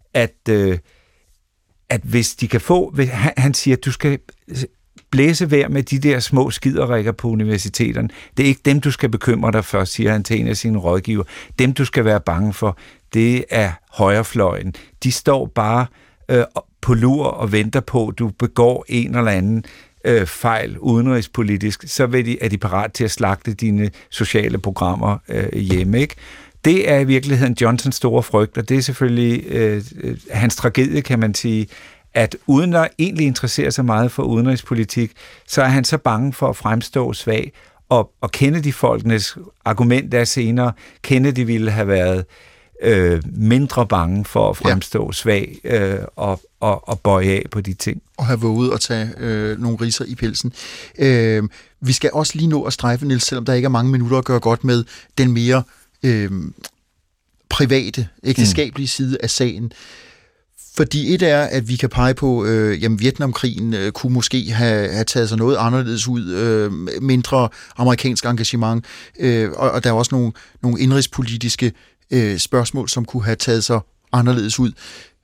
at hvis de kan få... Han siger, at du skal blæse vejr med de der små skiderikker på universiteterne. Det er ikke dem, du skal bekymre dig for, siger han til en af sine rådgiver. Dem, du skal være bange for, det er højrefløjen. De står bare på lur og venter på, at du begår en eller anden fejl udenrigspolitisk, så er de parat til at slagte dine sociale programmer hjemme, ikke? Det er i virkeligheden Johnsons store frygt, og det er selvfølgelig hans tragedie, kan man sige, at uden at egentlig interessere sig meget for udenrigspolitik, så er han så bange for at fremstå svag, og Kennedy-folkenes argument er senere, Kennedy ville have været mindre bange for at fremstå svag og bøje af på de ting. Og have våget at tage nogle ridser i pelsen. Vi skal også lige nå at strejfe, Niels, selvom der ikke er mange minutter at gøre godt med den mere private, ægteskabelige side af sagen. Fordi et er, at vi kan pege på, Vietnamkrigen kunne måske have taget sig noget anderledes ud, mindre amerikansk engagement, og der er også nogle indrigspolitiske spørgsmål, som kunne have taget sig anderledes ud.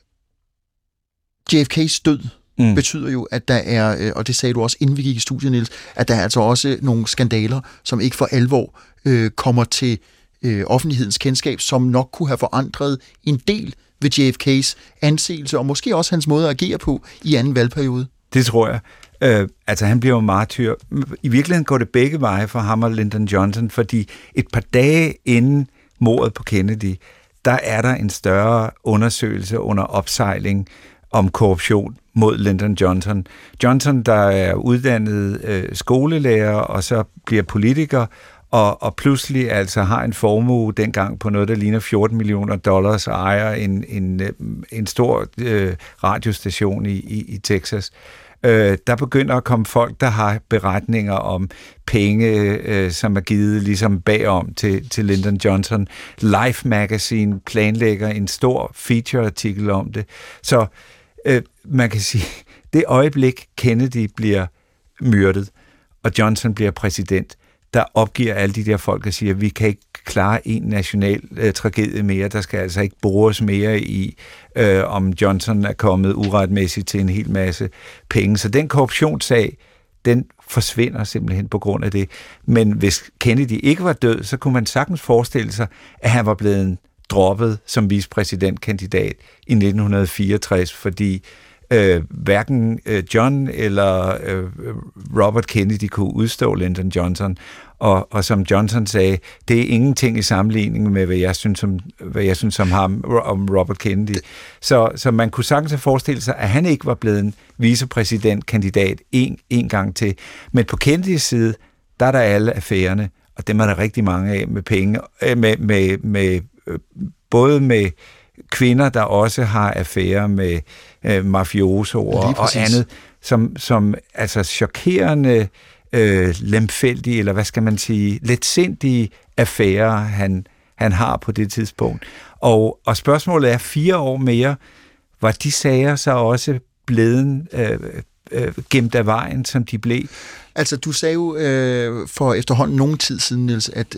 JFK's død betyder jo, at der er, og det sagde du også, inden vi gik i studiet, Niels, at der er altså også nogle skandaler, som ikke for alvor kommer til offentlighedens kendskab, som nok kunne have forandret en del ved JFK's anseelse, og måske også hans måde at agere på i anden valgperiode. Det tror jeg. Han bliver jo martyr. I virkeligheden går det begge veje for ham og Lyndon Johnson, fordi et par dage inden mordet på Kennedy, der er der en større undersøgelse under opsejling om korruption mod Lyndon Johnson. Johnson, der er uddannet skolelærer, og så bliver politiker, og pludselig altså har en formue dengang på noget, der ligner $14 million, og ejer en stor radiostation i Texas. Der begynder at komme folk, der har beretninger om penge, som er givet ligesom bagom til Lyndon Johnson. Life Magazine planlægger en stor featureartikel om det. Så man kan sige, det øjeblik Kennedy bliver myrdet, og Johnson bliver præsident, der opgiver alle de der folk og siger, at vi kan ikke klare en national tragedie mere. Der skal altså ikke bores mere i, om Johnson er kommet uretmæssigt til en hel masse penge. Så den korruptionssag, den forsvinder simpelthen på grund af det. Men hvis Kennedy ikke var død, så kunne man sagtens forestille sig, at han var blevet droppet som vicepræsidentkandidat i 1964, fordi hverken John eller Robert Kennedy kunne udstå Lyndon Johnson, og som Johnson sagde, det er ingenting i sammenligning med, hvad jeg synes om ham, om Robert Kennedy. Så man kunne sagtens forestille sig, at han ikke var blevet en vicepræsidentkandidat en gang til. Men på Kennedys side, der er der alle affærerne, og dem er der rigtig mange af med penge, både med kvinder, der også har affærer med mafiosoer og andet, som altså chokerende, lemfældige, eller hvad skal man sige, letsindige affærer, han har på det tidspunkt. Og spørgsmålet er, 4 år mere, var de sager så også blevet gemt af vejen, som de blev? Altså, du sagde jo for efterhånden nogen tid siden, Niels, at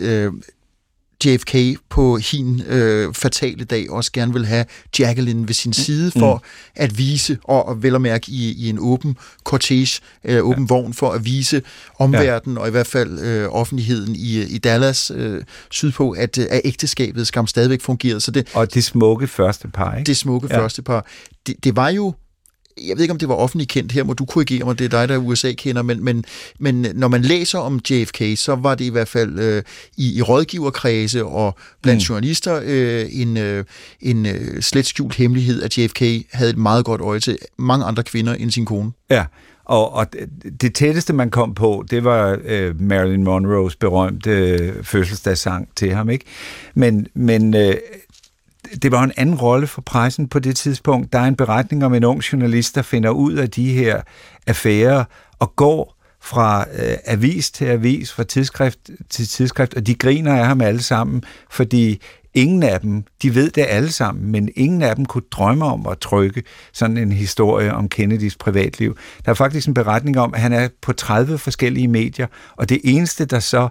JFK på hin fatale dag også gerne vil have Jacqueline ved sin side for at vise, og vel at mærke i en åben cortege, åben vogn, for at vise omverdenen, og i hvert fald offentligheden i Dallas sydpå, at ægteskabet skam stadigvæk fungerede. Så det, og det smukke første par, ikke? Det smukke første par. Det var jo, jeg ved ikke, om det var offentligt kendt, her må du korrigere mig, det er dig, der er USA-kender, men når man læser om JFK, så var det i hvert fald i rådgiverkredse og blandt journalister en slet skjult hemmelighed, at JFK havde et meget godt øje til mange andre kvinder end sin kone. Ja, og det tætteste, man kom på, det var Marilyn Monroes berømte fødselsdagssang til ham, ikke? Men det var en anden rolle for pressen på det tidspunkt. Der er en beretning om en ung journalist, der finder ud af de her affærer og går fra avis til avis, fra tidsskrift til tidsskrift, og de griner af ham alle sammen, fordi ingen af dem, de ved det alle sammen, men ingen af dem kunne drømme om at trykke sådan en historie om Kennedys privatliv. Der er faktisk en beretning om, at han er på 30 forskellige medier, og det eneste, der så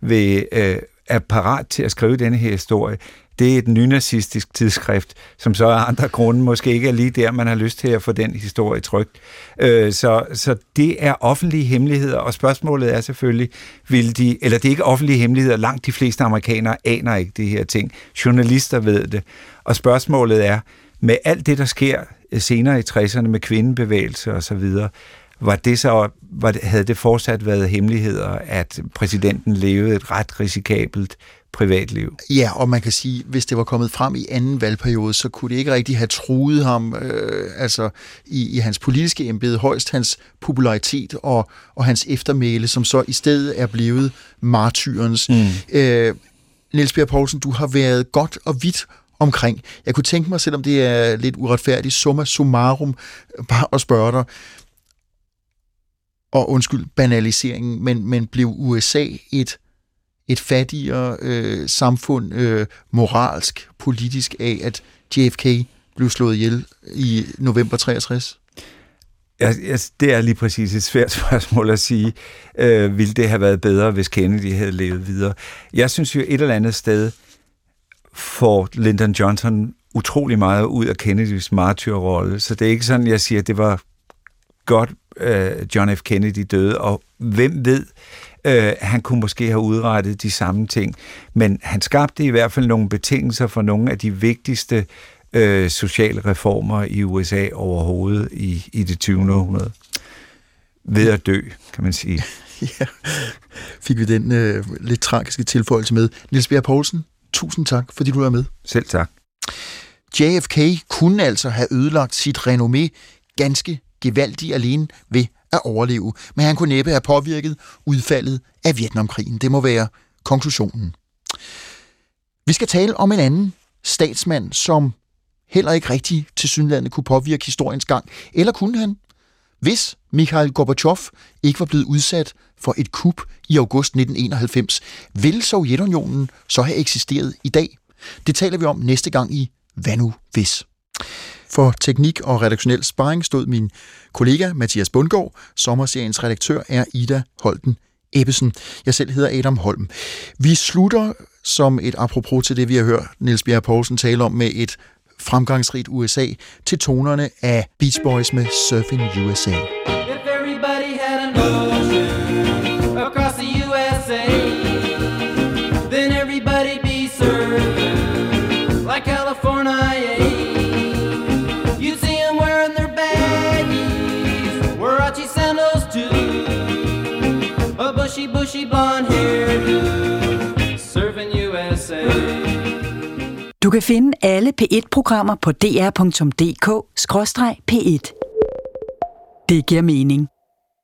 er parat til at skrive denne her historie, det er et nynazistisk tidsskrift, som så af andre grunde måske ikke er lige der, man har lyst til at få den historie trykt. Så det er offentlige hemmeligheder, og spørgsmålet er selvfølgelig, det er ikke offentlige hemmeligheder, langt de fleste amerikanere aner ikke de her ting. Journalister ved det. Og spørgsmålet er, med alt det, der sker senere i 60'erne med kvindebevægelse og så videre, havde det fortsat været hemmeligheder, at præsidenten levede et ret risikabelt privatliv? Ja, og man kan sige, hvis det var kommet frem i anden valgperiode, så kunne det ikke rigtig have truet ham i hans politiske embede, højst hans popularitet og hans eftermæle, som så i stedet er blevet martyrens. Niels Bjerg Poulsen, du har været godt og vidt omkring. Jeg kunne tænke mig, selvom det er lidt uretfærdigt, summa summarum, bare at spørge dig, og undskyld banaliseringen, men blev USA et fattigere samfund moralsk, politisk af, at JFK blev slået ihjel i november 63? Det er lige præcis et svært spørgsmål at sige. Ville det have været bedre, hvis Kennedy havde levet videre? Jeg synes jo et eller andet sted får Lyndon Johnson utrolig meget ud af Kennedys martyrrolle, så det er ikke sådan, jeg siger, at det var godt, John F. Kennedy døde, og hvem ved, han kunne måske have udrettet de samme ting, men han skabte i hvert fald nogle betingelser for nogle af de vigtigste sociale reformer i USA overhovedet i det 20. århundrede. Ved at dø, kan man sige. Ja, fik vi den lidt tragiske tilføjelse med. Niels Bjerre Poulsen, tusind tak, fordi du er med. Selv tak. JFK kunne altså have ødelagt sit renommé ganske gevaldigt alene ved at overleve, men han kunne næppe have påvirket udfaldet af Vietnamkrigen. Det må være konklusionen. Vi skal tale om en anden statsmand, som heller ikke rigtig tilsyneladende kunne påvirke historiens gang. Eller kunne han? Hvis Mikhail Gorbachev ikke var blevet udsat for et kup i august 1991, ville Sovjetunionen så have eksisteret i dag? Det taler vi om næste gang i Hvad nu hvis? For teknik og redaktionel sparring stod min kollega Mathias Bundgaard. Sommerseriens redaktør er Ida Holten Ebbesen. Jeg selv hedder Adam Holm. Vi slutter som et apropos til det, vi har hørt Niels Bjerre Poulsen tale om med et fremgangsrigt USA til tonerne af Beach Boys med Surfing USA. If everybody had an ocean across the USA, then everybody'd be surfing like California. You'd see them wearing their baggies, Warachi sandals too, a bushy blonde hairdo, surfing USA. Du kan finde alle P1-programmer på dr.dk/P1. Det giver mening.